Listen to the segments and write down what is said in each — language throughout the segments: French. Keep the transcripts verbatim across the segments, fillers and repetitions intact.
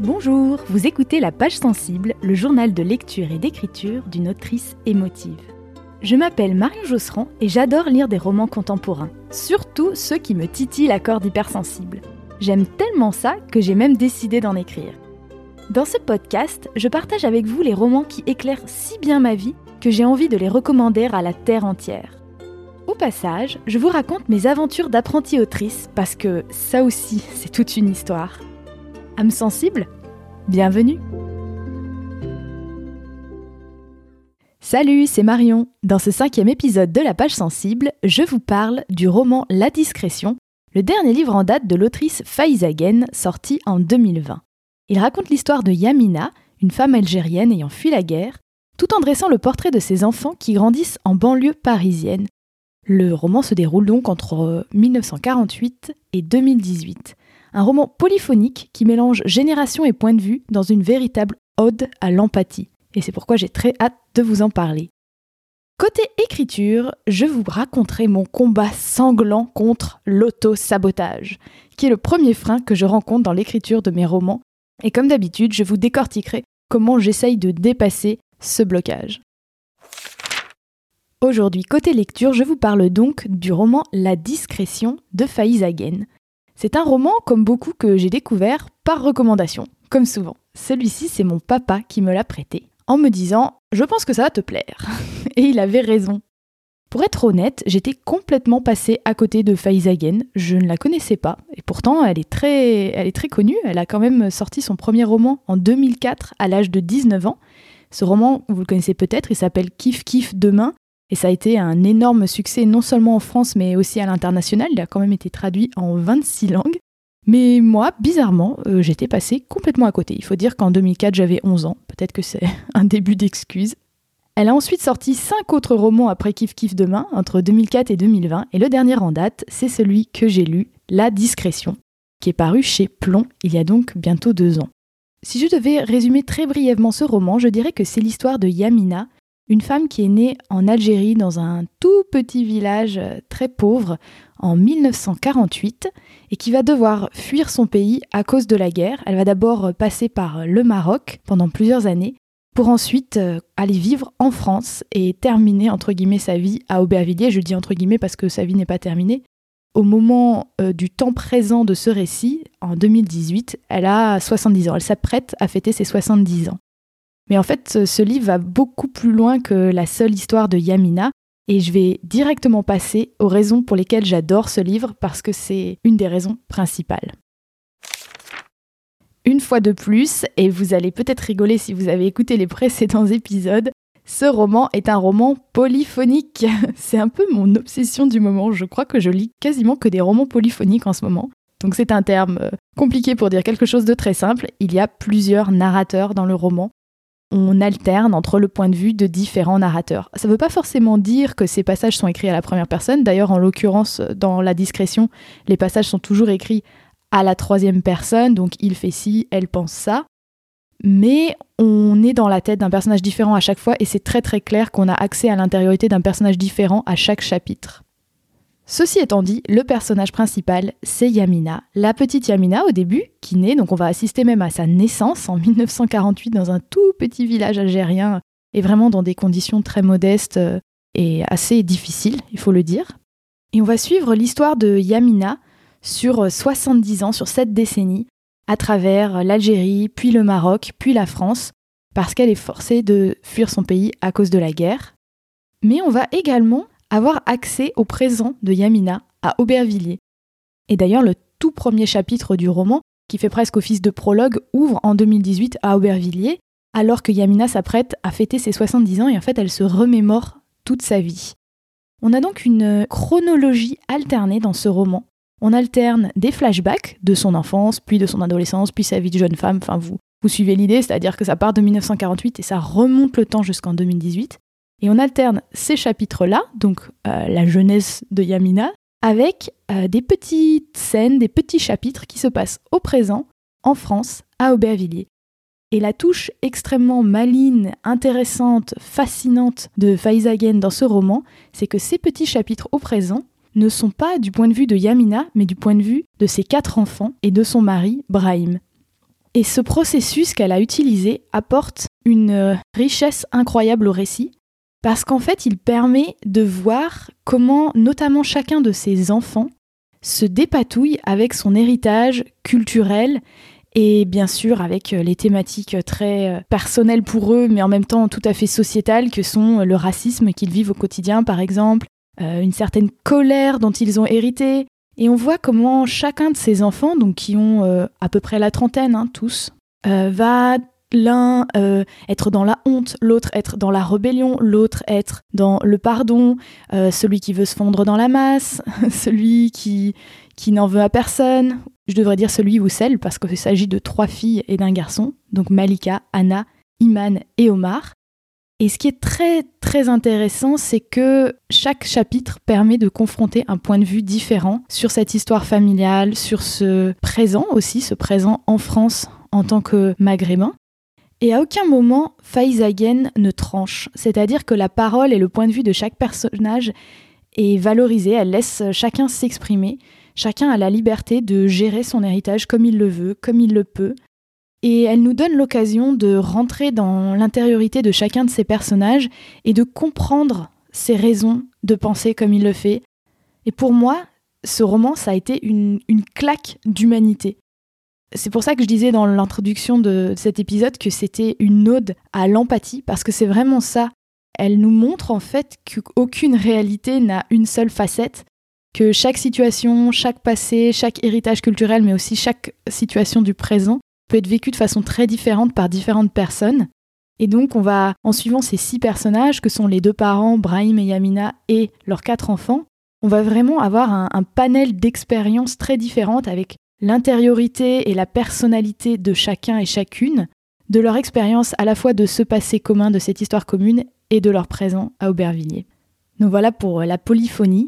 Bonjour, vous écoutez La Page Sensible, le journal de lecture et d'écriture d'une autrice émotive. Je m'appelle Marion Josserand et j'adore lire des romans contemporains, surtout ceux qui me titillent la corde hypersensible. J'aime tellement ça que j'ai même décidé d'en écrire. Dans ce podcast, je partage avec vous les romans qui éclairent si bien ma vie que j'ai envie de les recommander à la terre entière. Au passage, je vous raconte mes aventures d'apprentie autrice parce que ça aussi, c'est toute une histoire. Âme sensible ? Bienvenue ! Salut, c'est Marion. Dans ce cinquième épisode de La Page Sensible, je vous parle du roman La Discrétion, le dernier livre en date de l'autrice Faiza Guène, sorti en deux mille vingt. Il raconte l'histoire de Yamina, une femme algérienne ayant fui la guerre, tout en dressant le portrait de ses enfants qui grandissent en banlieue parisienne. Le roman se déroule donc entre dix-neuf cent quarante-huit et deux mille dix-huit. Un roman polyphonique qui mélange génération et point de vue dans une véritable ode à l'empathie. Et c'est pourquoi j'ai très hâte de vous en parler. Côté écriture, je vous raconterai mon combat sanglant contre l'auto-sabotage, qui est le premier frein que je rencontre dans l'écriture de mes romans. Et comme d'habitude, je vous décortiquerai comment j'essaye de dépasser ce blocage. Aujourd'hui, côté lecture, je vous parle donc du roman La Discrétion de Faiza Guène. C'est un roman, comme beaucoup, que j'ai découvert par recommandation, comme souvent. Celui-ci, c'est mon papa qui me l'a prêté, en me disant « Je pense que ça va te plaire ». Et il avait raison. Pour être honnête, j'étais complètement passée à côté de Faiza Guène. Je ne la connaissais pas, et pourtant elle est très, elle est très connue. Elle a quand même sorti son premier roman en deux mille quatre, à l'âge de dix-neuf ans. Ce roman, vous le connaissez peut-être, il s'appelle « Kiff Kiff Demain ». Et ça a été un énorme succès, non seulement en France, mais aussi à l'international. Il a quand même été traduit en vingt-six langues. Mais moi, bizarrement, euh, j'étais passée complètement à côté. Il faut dire qu'en deux mille quatre, j'avais onze ans. Peut-être que c'est un début d'excuse. Elle a ensuite sorti cinq autres romans après Kiff Kiff Demain, entre deux mille quatre et deux mille vingt. Et le dernier en date, c'est celui que j'ai lu, La Discrétion, qui est paru chez Plomb il y a donc bientôt deux ans. Si je devais résumer très brièvement ce roman, je dirais que c'est l'histoire de Yamina, une femme qui est née en Algérie dans un tout petit village très pauvre en dix-neuf cent quarante-huit et qui va devoir fuir son pays à cause de la guerre. Elle va d'abord passer par le Maroc pendant plusieurs années pour ensuite aller vivre en France et terminer entre guillemets sa vie à Aubervilliers. Je dis entre guillemets parce que sa vie n'est pas terminée. Au moment euh, du temps présent de ce récit, en deux mille dix-huit, elle a soixante-dix ans. Elle s'apprête à fêter ses soixante-dix ans. Mais en fait, ce livre va beaucoup plus loin que la seule histoire de Yamina et je vais directement passer aux raisons pour lesquelles j'adore ce livre parce que c'est une des raisons principales. Une fois de plus, et vous allez peut-être rigoler si vous avez écouté les précédents épisodes, ce roman est un roman polyphonique. C'est un peu mon obsession du moment. Je crois que je lis quasiment que des romans polyphoniques en ce moment. Donc c'est un terme compliqué pour dire quelque chose de très simple. Il y a plusieurs narrateurs dans le roman. On alterne entre le point de vue de différents narrateurs. Ça ne veut pas forcément dire que ces passages sont écrits à la première personne. D'ailleurs, en l'occurrence, dans La Discrétion, les passages sont toujours écrits à la troisième personne. Donc, il fait ci, elle pense ça. Mais on est dans la tête d'un personnage différent à chaque fois et c'est très très clair qu'on a accès à l'intériorité d'un personnage différent à chaque chapitre. Ceci étant dit, le personnage principal, c'est Yamina. La petite Yamina, au début, qui naît, donc on va assister même à sa naissance en dix-neuf cent quarante-huit dans un tout petit village algérien, et vraiment dans des conditions très modestes et assez difficiles, il faut le dire. Et on va suivre l'histoire de Yamina sur soixante-dix ans, sur sept décennies, à travers l'Algérie, puis le Maroc, puis la France, parce qu'elle est forcée de fuir son pays à cause de la guerre. Mais on va également avoir accès au présent de Yamina à Aubervilliers. Et d'ailleurs, le tout premier chapitre du roman, qui fait presque office de prologue, ouvre en deux mille dix-huit à Aubervilliers, alors que Yamina s'apprête à fêter ses soixante-dix ans et en fait, elle se remémore toute sa vie. On a donc une chronologie alternée dans ce roman. On alterne des flashbacks de son enfance, puis de son adolescence, puis sa vie de jeune femme. Enfin, vous, vous suivez l'idée, c'est-à-dire que ça part de dix-neuf cent quarante-huit et ça remonte le temps jusqu'en deux mille dix-huit. Et on alterne ces chapitres-là, donc euh, la jeunesse de Yamina, avec euh, des petites scènes, des petits chapitres qui se passent au présent, en France, à Aubervilliers. Et la touche extrêmement maligne, intéressante, fascinante de Faiza Guène dans ce roman, c'est que ces petits chapitres au présent ne sont pas du point de vue de Yamina, mais du point de vue de ses quatre enfants et de son mari, Brahim. Et ce processus qu'elle a utilisé apporte une richesse incroyable au récit, parce qu'en fait, il permet de voir comment, notamment chacun de ses enfants, se dépatouille avec son héritage culturel et bien sûr avec les thématiques très personnelles pour eux, mais en même temps tout à fait sociétales, que sont le racisme qu'ils vivent au quotidien, par exemple, euh, une certaine colère dont ils ont hérité. Et on voit comment chacun de ces enfants, donc qui ont euh, à peu près la trentaine, hein, tous, euh, va l'un euh, être dans la honte, l'autre être dans la rébellion, l'autre être dans le pardon, euh, celui qui veut se fondre dans la masse, celui qui, qui n'en veut à personne. Je devrais dire celui ou celle, parce qu'il s'agit de trois filles et d'un garçon, donc Malika, Anna, Iman et Omar. Et ce qui est très très intéressant, c'est que chaque chapitre permet de confronter un point de vue différent sur cette histoire familiale, sur ce présent aussi, ce présent en France en tant que maghrébin. Et à aucun moment, Faizagen ne tranche, c'est-à-dire que la parole et le point de vue de chaque personnage est valorisé, elle laisse chacun s'exprimer, chacun a la liberté de gérer son héritage comme il le veut, comme il le peut. Et elle nous donne l'occasion de rentrer dans l'intériorité de chacun de ces personnages et de comprendre ses raisons de penser comme il le fait. Et pour moi, ce roman, ça a été une, une claque d'humanité. C'est pour ça que je disais dans l'introduction de cet épisode que c'était une ode à l'empathie, parce que c'est vraiment ça. Elle nous montre en fait qu'aucune réalité n'a une seule facette, que chaque situation, chaque passé, chaque héritage culturel, mais aussi chaque situation du présent, peut être vécu de façon très différente par différentes personnes. Et donc on va, en suivant ces six personnages, que sont les deux parents, Brahim et Yamina, et leurs quatre enfants, on va vraiment avoir un, un panel d'expériences très différentes avec l'intériorité et la personnalité de chacun et chacune, de leur expérience à la fois de ce passé commun, de cette histoire commune, et de leur présent à Aubervilliers. Donc voilà pour la polyphonie.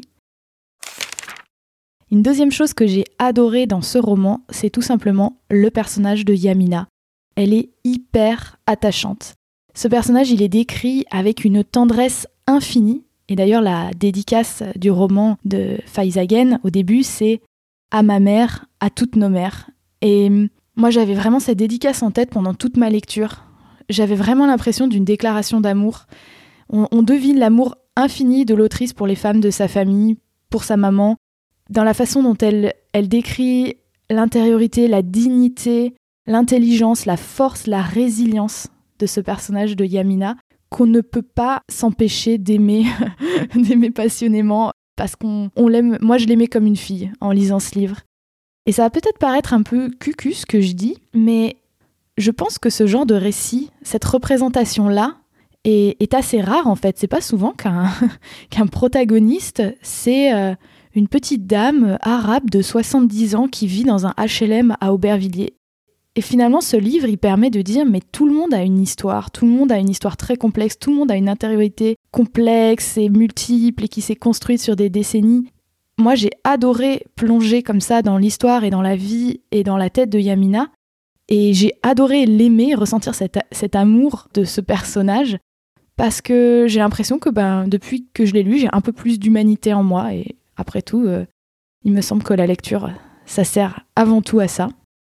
Une deuxième chose que j'ai adorée dans ce roman, c'est tout simplement le personnage de Yamina. Elle est hyper attachante. Ce personnage, il est décrit avec une tendresse infinie. Et d'ailleurs, la dédicace du roman de Faizagen, au début, c'est « À ma mère, à toutes nos mères ». Et moi, j'avais vraiment cette dédicace en tête pendant toute ma lecture. J'avais vraiment l'impression d'une déclaration d'amour. On, on devine l'amour infini de l'autrice pour les femmes de sa famille, pour sa maman, dans la façon dont elle, elle décrit l'intériorité, la dignité, l'intelligence, la force, la résilience de ce personnage de Yamina, qu'on ne peut pas s'empêcher d'aimer, d'aimer passionnément, parce qu'on on l'aime. Moi, je l'aimais comme une fille en lisant ce livre. Et ça va peut-être paraître un peu cucu ce que je dis, mais je pense que ce genre de récit, cette représentation-là, est, est assez rare en fait. C'est pas souvent qu'un, qu'un protagoniste, c'est euh, une petite dame arabe de soixante-dix ans qui vit dans un H L M à Aubervilliers. Et finalement, ce livre, il permet de dire, mais tout le monde a une histoire, tout le monde a une histoire très complexe, tout le monde a une intériorité complexe et multiple et qui s'est construite sur des décennies. Moi, j'ai adoré plonger comme ça dans l'histoire et dans la vie et dans la tête de Yamina. Et j'ai adoré l'aimer, ressentir cet, cet amour de ce personnage, parce que j'ai l'impression que ben, depuis que je l'ai lu, j'ai un peu plus d'humanité en moi. Et après tout, euh, il me semble que la lecture, ça sert avant tout à ça.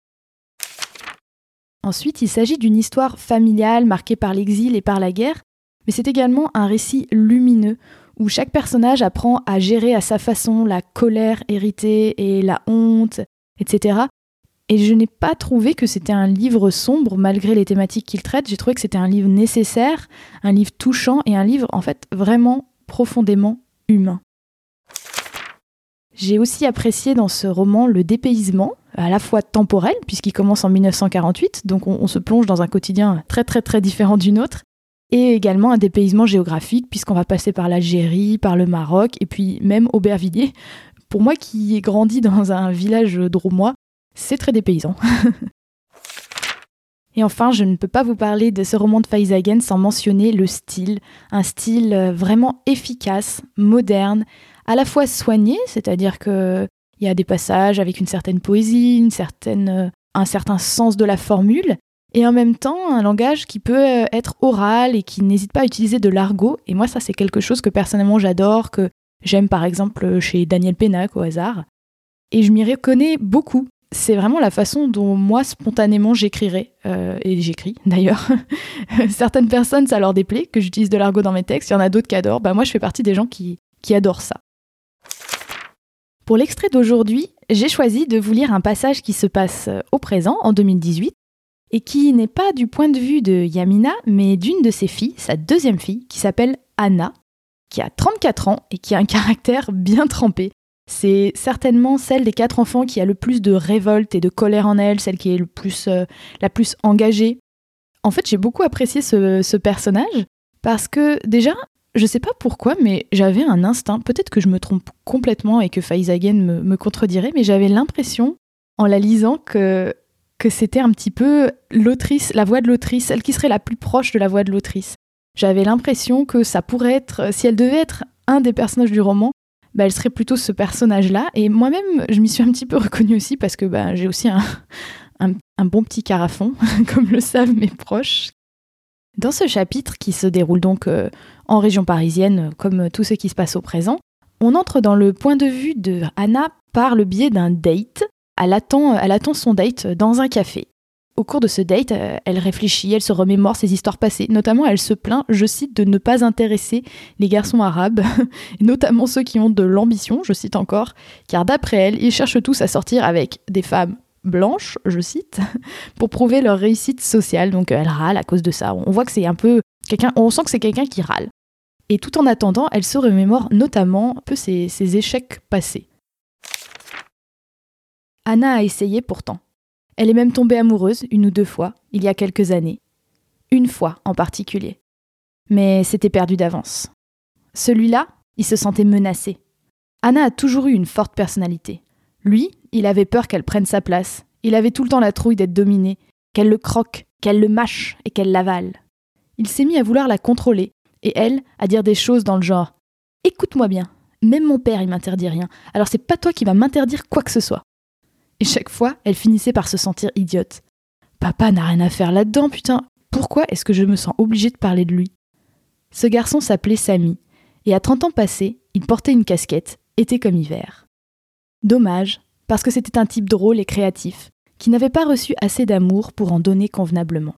Ensuite, il s'agit d'une histoire familiale marquée par l'exil et par la guerre, mais c'est également un récit lumineux où chaque personnage apprend à gérer à sa façon la colère héritée et la honte, et cetera. Et je n'ai pas trouvé que c'était un livre sombre malgré les thématiques qu'il traite. J'ai trouvé que c'était un livre nécessaire, un livre touchant et un livre en fait vraiment profondément humain. J'ai aussi apprécié dans ce roman le dépaysement, à la fois temporel, puisqu'il commence en dix-neuf cent quarante-huit, donc on, on se plonge dans un quotidien très très très différent du nôtre, et également un dépaysement géographique, puisqu'on va passer par l'Algérie, par le Maroc, et puis même Aubervilliers. Pour moi qui ai grandi dans un village drômois, c'est très dépaysant. Et enfin, je ne peux pas vous parler de ce roman de Faizagen sans mentionner le style, un style vraiment efficace, moderne, à la fois soigné, c'est-à-dire qu'il y a des passages avec une certaine poésie, une certaine, un certain sens de la formule, et en même temps un langage qui peut être oral et qui n'hésite pas à utiliser de l'argot. Et moi, ça, c'est quelque chose que personnellement j'adore, que j'aime par exemple chez Daniel Pénac au hasard. Et je m'y reconnais beaucoup c'est vraiment la façon dont moi, spontanément, j'écrirais. Euh, et j'écris, d'ailleurs. Certaines personnes, ça leur déplaît que j'utilise de l'argot dans mes textes. Il y en a d'autres qui adorent. Bah, moi, je fais partie des gens qui, qui adorent ça. Pour l'extrait d'aujourd'hui, j'ai choisi de vous lire un passage qui se passe au présent, en deux mille dix-huit, et qui n'est pas du point de vue de Yamina, mais d'une de ses filles, sa deuxième fille, qui s'appelle Anna, qui a trente-quatre ans et qui a un caractère bien trempé. C'est certainement celle des quatre enfants qui a le plus de révolte et de colère en elle, celle qui est le plus, euh, la plus engagée. En fait, j'ai beaucoup apprécié ce, ce personnage parce que déjà, je sais pas pourquoi, mais j'avais un instinct, peut-être que je me trompe complètement et que Faiza Again me, me contredirait, mais j'avais l'impression, en la lisant, que, que c'était un petit peu l'autrice, la voix de l'autrice, celle qui serait la plus proche de la voix de l'autrice. J'avais l'impression que ça pourrait être, si elle devait être un des personnages du roman, bah, elle serait plutôt ce personnage-là. Et moi-même, je m'y suis un petit peu reconnue aussi parce que bah, j'ai aussi un, un, un bon petit carafon, comme le savent mes proches. Dans ce chapitre, qui se déroule donc euh, en région parisienne, comme tout ce qui se passe au présent, on entre dans le point de vue de Anna par le biais d'un date. Elle attend, elle attend son date dans un café. Au cours de ce date, elle réfléchit, elle se remémore ses histoires passées. Notamment, elle se plaint, je cite, de ne pas intéresser les garçons arabes, notamment ceux qui ont de l'ambition, je cite encore, car d'après elle, ils cherchent tous à sortir avec des femmes blanches, je cite, pour prouver leur réussite sociale. Donc elle râle à cause de ça. On voit que c'est un peu quelqu'un, on sent que c'est quelqu'un qui râle. Et tout en attendant, elle se remémore notamment un peu ses, ses échecs passés. Anna a essayé pourtant. Elle est même tombée amoureuse une ou deux fois, il y a quelques années. Une fois en particulier. Mais c'était perdu d'avance. Celui-là, il se sentait menacé. Anna a toujours eu une forte personnalité. Lui, il avait peur qu'elle prenne sa place. Il avait tout le temps la trouille d'être dominé, qu'elle le croque, qu'elle le mâche et qu'elle l'avale. Il s'est mis à vouloir la contrôler, et elle, à dire des choses dans le genre « Écoute-moi bien, même mon père, il m'interdit rien, alors c'est pas toi qui vas m'interdire quoi que ce soit. » Et chaque fois, elle finissait par se sentir idiote. Papa n'a rien à faire là-dedans, putain. Pourquoi est-ce que je me sens obligée de parler de lui ? Ce garçon s'appelait Samy, et à trente ans passés, il portait une casquette, été comme hiver. Dommage, parce que c'était un type drôle et créatif, qui n'avait pas reçu assez d'amour pour en donner convenablement.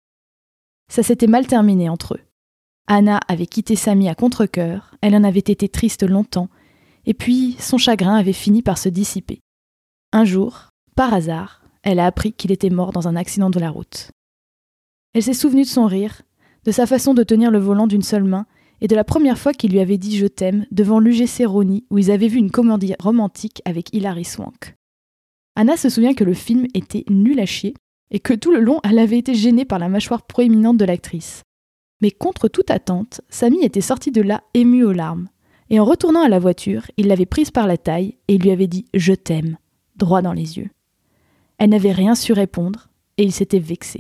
Ça s'était mal terminé entre eux. Anna avait quitté Samy à contre-cœur, elle en avait été triste longtemps, et puis son chagrin avait fini par se dissiper. Un jour, par hasard, elle a appris qu'il était mort dans un accident de la route. Elle s'est souvenue de son rire, de sa façon de tenir le volant d'une seule main et de la première fois qu'il lui avait dit « je t'aime » devant l'U G C Rosny où ils avaient vu une comédie romantique avec Hilary Swank. Anna se souvient que le film était nul à chier et que tout le long, elle avait été gênée par la mâchoire proéminente de l'actrice. Mais contre toute attente, Samy était sorti de là ému aux larmes. Et en retournant à la voiture, il l'avait prise par la taille et il lui avait dit « je t'aime » droit dans les yeux. Elle n'avait rien su répondre, et il s'était vexé.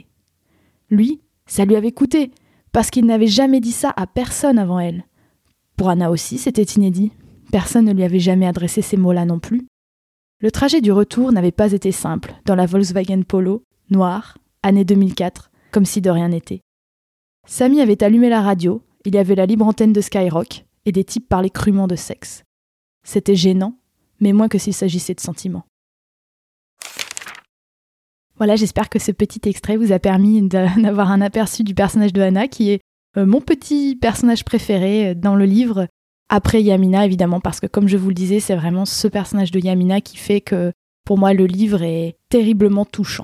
Lui, ça lui avait coûté, parce qu'il n'avait jamais dit ça à personne avant elle. Pour Anna aussi, c'était inédit. Personne ne lui avait jamais adressé ces mots-là non plus. Le trajet du retour n'avait pas été simple, dans la Volkswagen Polo, noire, année deux mille quatre, comme si de rien n'était. Samy avait allumé la radio, il y avait la libre antenne de Skyrock, et des types parlaient crûment de sexe. C'était gênant, mais moins que s'il s'agissait de sentiments. Voilà, j'espère que ce petit extrait vous a permis d'avoir un aperçu du personnage de Anna, qui est euh, mon petit personnage préféré dans le livre, après Yamina évidemment, parce que comme je vous le disais, c'est vraiment ce personnage de Yamina qui fait que, pour moi, le livre est terriblement touchant.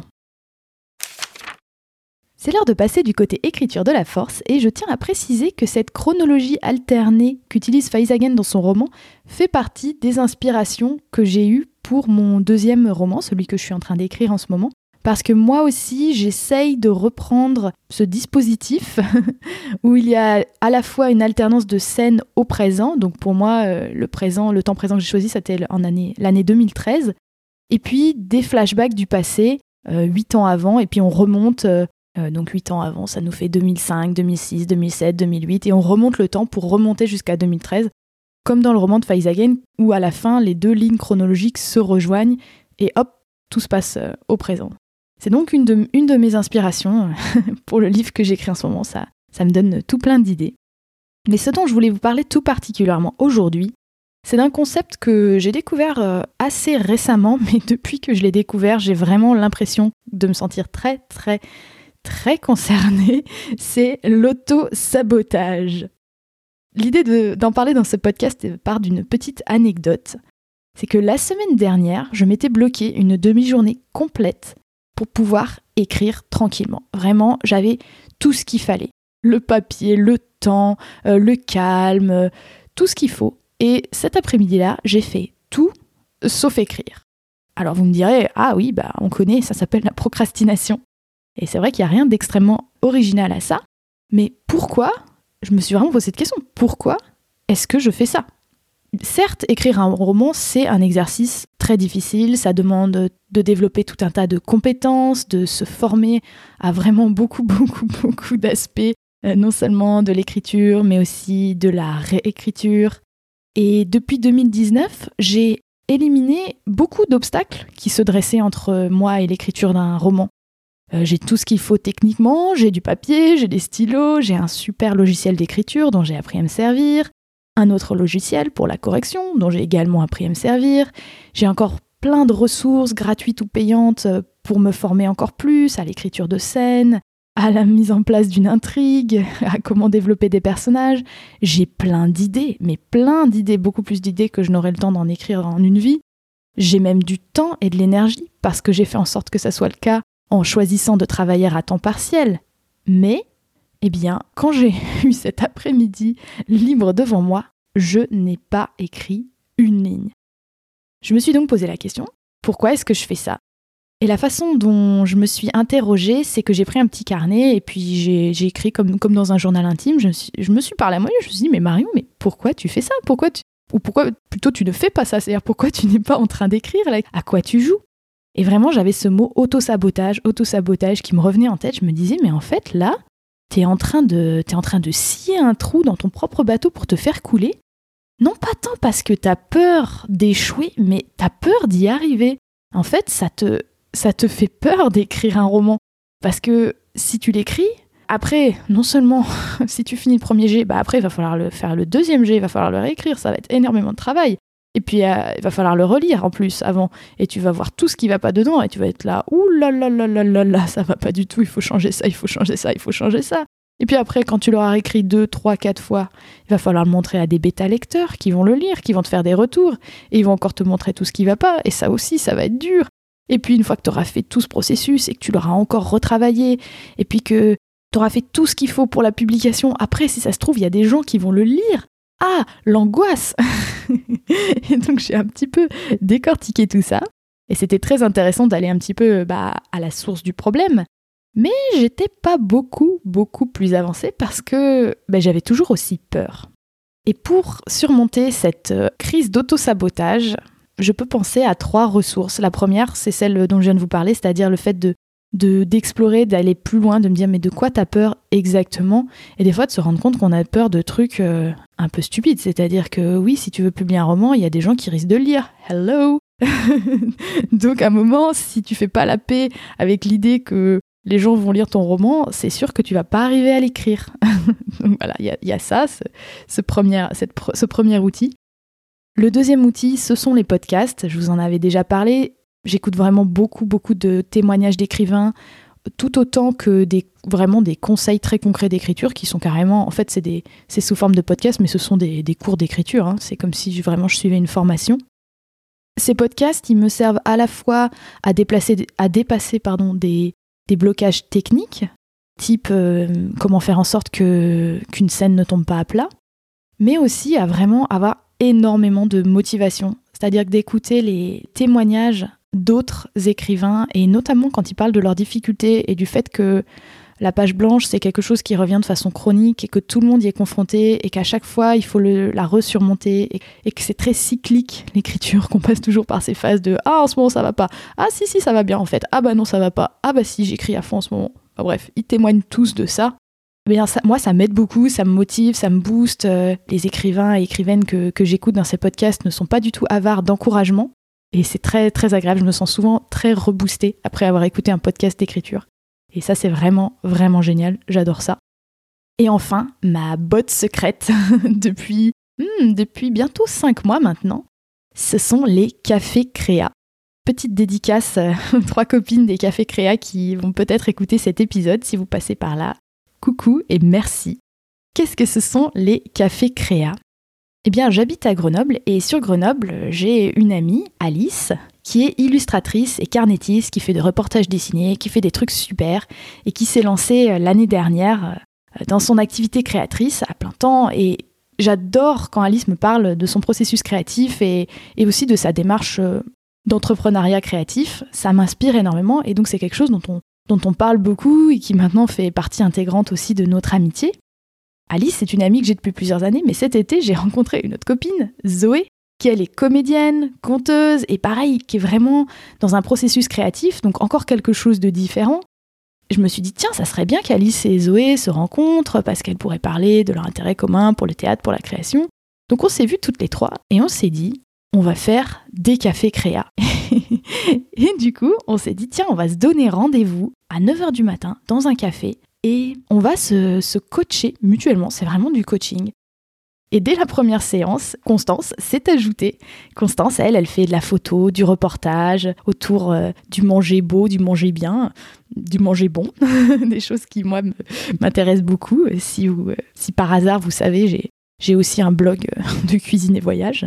C'est l'heure de passer du côté écriture de la force, et je tiens à préciser que cette chronologie alternée qu'utilise Faiza Again dans son roman fait partie des inspirations que j'ai eues pour mon deuxième roman, celui que je suis en train d'écrire en ce moment. Parce que moi aussi, j'essaye de reprendre ce dispositif où il y a à la fois une alternance de scènes au présent. Donc pour moi, euh, le présent, le temps présent que j'ai choisi, c'était en année, l'année deux mille treize. Et puis des flashbacks du passé, euh, huit ans avant. Et puis on remonte, euh, euh, donc huit ans avant, ça nous fait deux mille cinq, deux mille six, deux mille sept, deux mille huit. Et on remonte le temps pour remonter jusqu'à deux mille treize. Comme dans le roman de Faiza Again, où à la fin, les deux lignes chronologiques se rejoignent. Et hop, tout se passe euh, au présent. C'est donc une de, une de mes inspirations pour le livre que j'écris en ce moment, ça, ça me donne tout plein d'idées. Mais ce dont je voulais vous parler tout particulièrement aujourd'hui, C'est d'un concept que j'ai découvert assez récemment, mais depuis que je l'ai découvert, j'ai vraiment l'impression de me sentir très, très, très concernée. C'est l'auto-sabotage. L'idée de, d'en parler dans ce podcast part d'une petite anecdote. C'est que la semaine dernière, je m'étais bloquée une demi-journée complète pour pouvoir écrire tranquillement. Vraiment, j'avais tout ce qu'il fallait. Le papier, le temps, euh, le calme, euh, tout ce qu'il faut. Et cet après-midi-là, j'ai fait tout sauf écrire. Alors vous me direz, ah oui, bah on connaît, ça s'appelle la procrastination. Et c'est vrai qu'il n'y a rien d'extrêmement original à ça. Mais pourquoi ? Je me suis vraiment posé cette question. Pourquoi est-ce que je fais ça ? Certes, écrire un roman, c'est un exercice très difficile. Ça demande de développer tout un tas de compétences, de se former à vraiment beaucoup, beaucoup, beaucoup d'aspects. Euh, non seulement de l'écriture, mais aussi de la réécriture. Et depuis deux mille dix-neuf, j'ai éliminé beaucoup d'obstacles qui se dressaient entre moi et l'écriture d'un roman. Euh, j'ai tout ce qu'il faut techniquement, j'ai du papier, j'ai des stylos, j'ai un super logiciel d'écriture dont j'ai appris à me servir, un autre logiciel pour la correction dont j'ai également appris à me servir, j'ai encore plein de ressources gratuites ou payantes pour me former encore plus à l'écriture de scènes, à la mise en place d'une intrigue, à comment développer des personnages. J'ai plein d'idées, mais plein d'idées, beaucoup plus d'idées que je n'aurais le temps d'en écrire en une vie. J'ai même du temps et de l'énergie, parce que j'ai fait en sorte que ça soit le cas en choisissant de travailler à temps partiel. Mais, eh bien, quand j'ai eu cet après-midi libre devant moi, je n'ai pas écrit une ligne. Je me suis donc posé la question, pourquoi est-ce que je fais ça ? Et la façon dont je me suis interrogée, c'est que j'ai pris un petit carnet et puis j'ai, j'ai écrit comme, comme dans un journal intime. Je me suis, je me suis parlé à moi et je me suis dit, mais Marion, mais pourquoi tu fais ça ? Pourquoi tu... Ou pourquoi plutôt tu ne fais pas ça ? C'est-à-dire pourquoi tu n'es pas en train d'écrire là ? À quoi tu joues ? Et vraiment, j'avais ce mot auto-sabotage, auto-sabotage qui me revenait en tête. Je me disais, mais en fait, là, t'es en train de, t'es en train de scier un trou dans ton propre bateau pour te faire couler. Non pas tant parce que t'as peur d'échouer, mais t'as peur d'y arriver. En fait, ça te... ça te fait peur d'écrire un roman. Parce que si tu l'écris, après, non seulement si tu finis le premier jet, bah après il va falloir le faire le deuxième jet, il va falloir le réécrire, ça va être énormément de travail. Et puis euh, il va falloir le relire en plus avant. Et tu vas voir tout ce qui va pas dedans et tu vas être là, ouh là là là là là là, ça va pas du tout, il faut changer ça, il faut changer ça, il faut changer ça. Et puis après, quand tu l'auras réécrit deux, trois, quatre fois, il va falloir le montrer à des bêta-lecteurs qui vont le lire, qui vont te faire des retours, et ils vont encore te montrer tout ce qui va pas, et ça aussi, ça va être dur. Et puis une fois que tu auras fait tout ce processus et que tu l'auras encore retravaillé, et puis que tu auras fait tout ce qu'il faut pour la publication, après, si ça se trouve, il y a des gens qui vont le lire. Ah, l'angoisse. Et donc j'ai un petit peu décortiqué tout ça, et c'était très intéressant d'aller un petit peu bah, à la source du problème. Mais j'étais pas beaucoup, beaucoup plus avancée parce que bah, j'avais toujours aussi peur. Et pour surmonter cette euh, crise d'auto-sabotage, je peux penser à trois ressources. La première, c'est celle dont je viens de vous parler, c'est-à-dire le fait de, de, d'explorer, d'aller plus loin, de me dire mais de quoi t'as peur exactement ? Et des fois de se rendre compte qu'on a peur de trucs euh, un peu stupides. C'est-à-dire que oui, si tu veux publier un roman, il y a des gens qui risquent de le lire. Hello. Donc à un moment, si tu fais pas la paix avec l'idée que les gens vont lire ton roman, c'est sûr que tu vas pas arriver à l'écrire. Donc voilà, il y, y a ça, ce, ce, premier, cette, ce premier outil. Le deuxième outil, ce sont les podcasts. Je vous en avais déjà parlé. J'écoute vraiment beaucoup, beaucoup de témoignages d'écrivains, tout autant que des, vraiment des conseils très concrets d'écriture qui sont carrément... En fait, c'est, des, c'est sous forme de podcast, mais ce sont des, des cours d'écriture. Hein. C'est comme si vraiment je suivais une formation. Ces podcasts, ils me servent à la fois à, déplacer, à dépasser pardon, des... des blocages techniques, type euh, comment faire en sorte que, qu'une scène ne tombe pas à plat, mais aussi à vraiment avoir énormément de motivation. C'est-à-dire que d'écouter les témoignages d'autres écrivains, et notamment quand ils parlent de leurs difficultés et du fait que la page blanche, c'est quelque chose qui revient de façon chronique et que tout le monde y est confronté et qu'à chaque fois, il faut le, la resurmonter et, et que c'est très cyclique, l'écriture, qu'on passe toujours par ces phases de « Ah, en ce moment, ça va pas. Ah, si, si, ça va bien, en fait. Ah, bah non, ça va pas. Ah, bah si, j'écris à fond en ce moment. » Enfin, bref, ils témoignent tous de ça. Bien, ça, moi, ça m'aide beaucoup, ça me motive, ça me booste. Euh, les écrivains et écrivaines que, que j'écoute dans ces podcasts ne sont pas du tout avares d'encouragement. Et c'est très, très agréable. Je me sens souvent très reboostée après avoir écouté un podcast d'écriture. Et ça, c'est vraiment, vraiment génial. J'adore ça. Et enfin, ma botte secrète depuis hmm, depuis bientôt cinq mois maintenant. Ce sont les cafés créa. Petite dédicace aux trois copines des cafés créa qui vont peut-être écouter cet épisode si vous passez par là. Coucou et merci. Qu'est-ce que ce sont les cafés créa ? Eh bien, j'habite à Grenoble et sur Grenoble, j'ai une amie, Alice, qui est illustratrice et carnettiste, qui fait des reportages dessinés, qui fait des trucs super et qui s'est lancée l'année dernière dans son activité créatrice à plein temps. Et j'adore quand Alice me parle de son processus créatif et, et aussi de sa démarche d'entrepreneuriat créatif. Ça m'inspire énormément et donc c'est quelque chose dont on, dont on parle beaucoup et qui maintenant fait partie intégrante aussi de notre amitié. Alice, c'est une amie que j'ai depuis plusieurs années, mais cet été, j'ai rencontré une autre copine, Zoé, qui elle est comédienne, conteuse, et pareil, qui est vraiment dans un processus créatif, donc encore quelque chose de différent. Je me suis dit, tiens, ça serait bien qu'Alice et Zoé se rencontrent, parce qu'elles pourraient parler de leur intérêt commun pour le théâtre, pour la création. Donc on s'est vues toutes les trois, et on s'est dit, on va faire des cafés créa. Et du coup, on s'est dit, tiens, on va se donner rendez-vous à neuf heures du matin, dans un café, et on va se, se coacher mutuellement, c'est vraiment du coaching. Et dès la première séance, Constance s'est ajoutée. Constance, elle, elle fait de la photo, du reportage, autour euh, du manger beau, du manger bien, du manger bon, des choses qui, moi, me, m'intéressent beaucoup. Si, vous, si par hasard, vous savez, j'ai, j'ai aussi un blog de cuisine et voyage.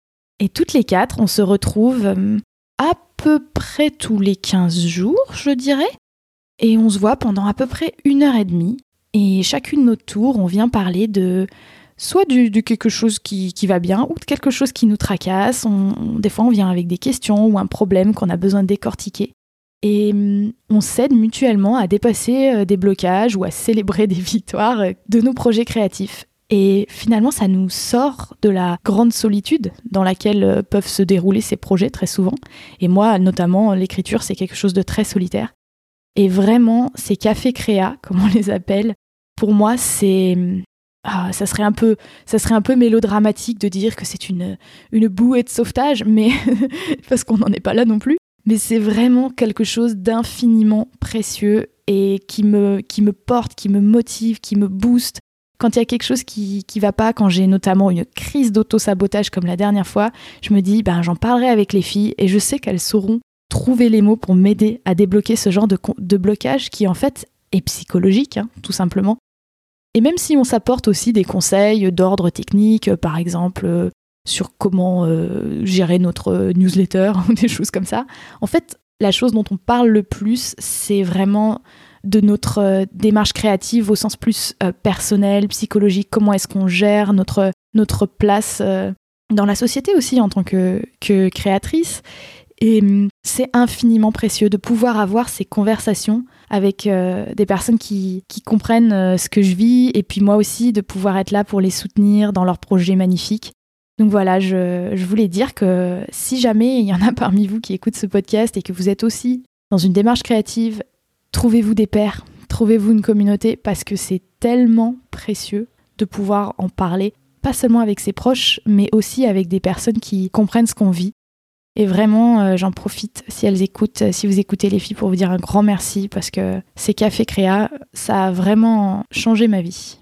Et toutes les quatre, on se retrouve euh, à peu près tous les quinze jours, je dirais. Et on se voit pendant à peu près une heure et demie. Et chacune notre tour, on vient parler de soit du, de quelque chose qui, qui va bien ou de quelque chose qui nous tracasse. On, on, des fois, on vient avec des questions ou un problème qu'on a besoin de décortiquer. Et on s'aide mutuellement à dépasser des blocages ou à célébrer des victoires de nos projets créatifs. Et finalement, ça nous sort de la grande solitude dans laquelle peuvent se dérouler ces projets très souvent. Et moi, notamment, l'écriture, c'est quelque chose de très solitaire. Et vraiment, ces cafés créa, comme on les appelle, pour moi, c'est... Ah, ça serait un peu, ça serait un peu mélodramatique de dire que c'est une, une bouée de sauvetage, mais parce qu'on n'en est pas là non plus. Mais c'est vraiment quelque chose d'infiniment précieux et qui me, qui me porte, qui me motive, qui me booste. Quand il y a quelque chose qui qui va pas, quand j'ai notamment une crise d'auto-sabotage comme la dernière fois, je me dis, ben, j'en parlerai avec les filles et je sais qu'elles sauront trouver les mots pour m'aider à débloquer ce genre de, de blocage qui en fait est psychologique, hein, tout simplement. Et même si on s'apporte aussi des conseils d'ordre technique, par exemple euh, sur comment euh, gérer notre newsletter ou des choses comme ça, en fait, la chose dont on parle le plus, c'est vraiment de notre euh, démarche créative au sens plus euh, personnel, psychologique, comment est-ce qu'on gère notre, notre place euh, dans la société aussi en tant que, que créatrice. Et c'est infiniment précieux de pouvoir avoir ces conversations avec euh, des personnes qui, qui comprennent euh, ce que je vis et puis moi aussi de pouvoir être là pour les soutenir dans leurs projets magnifiques. Donc voilà, je, je voulais dire que si jamais il y en a parmi vous qui écoutent ce podcast et que vous êtes aussi dans une démarche créative, trouvez-vous des pairs, trouvez-vous une communauté parce que c'est tellement précieux de pouvoir en parler, pas seulement avec ses proches, mais aussi avec des personnes qui comprennent ce qu'on vit. Et vraiment, euh, j'en profite si elles écoutent, si vous écoutez les filles, pour vous dire un grand merci parce que ces cafés créa, ça a vraiment changé ma vie.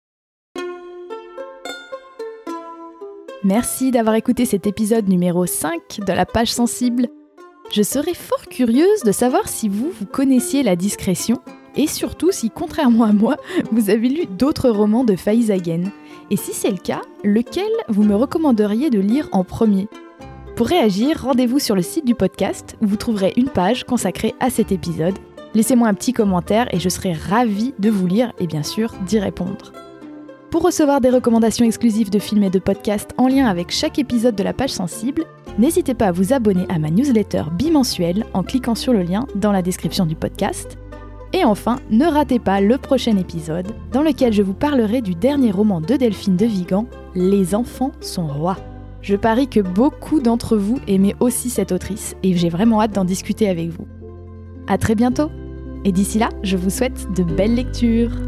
Merci d'avoir écouté cet épisode numéro cinq de la page sensible. Je serais fort curieuse de savoir si vous, vous connaissiez La Discrétion et surtout si, contrairement à moi, vous avez lu d'autres romans de Faiz Agen. Et si c'est le cas, lequel vous me recommanderiez de lire en premier ? Pour réagir, rendez-vous sur le site du podcast où vous trouverez une page consacrée à cet épisode. Laissez-moi un petit commentaire et je serai ravie de vous lire et bien sûr d'y répondre. Pour recevoir des recommandations exclusives de films et de podcasts en lien avec chaque épisode de la page sensible, n'hésitez pas à vous abonner à ma newsletter bimensuelle en cliquant sur le lien dans la description du podcast. Et enfin, ne ratez pas le prochain épisode dans lequel je vous parlerai du dernier roman de Delphine de Vigan, Les enfants sont rois. Je parie que beaucoup d'entre vous aimez aussi cette autrice et j'ai vraiment hâte d'en discuter avec vous. À très bientôt! Et d'ici là, je vous souhaite de belles lectures!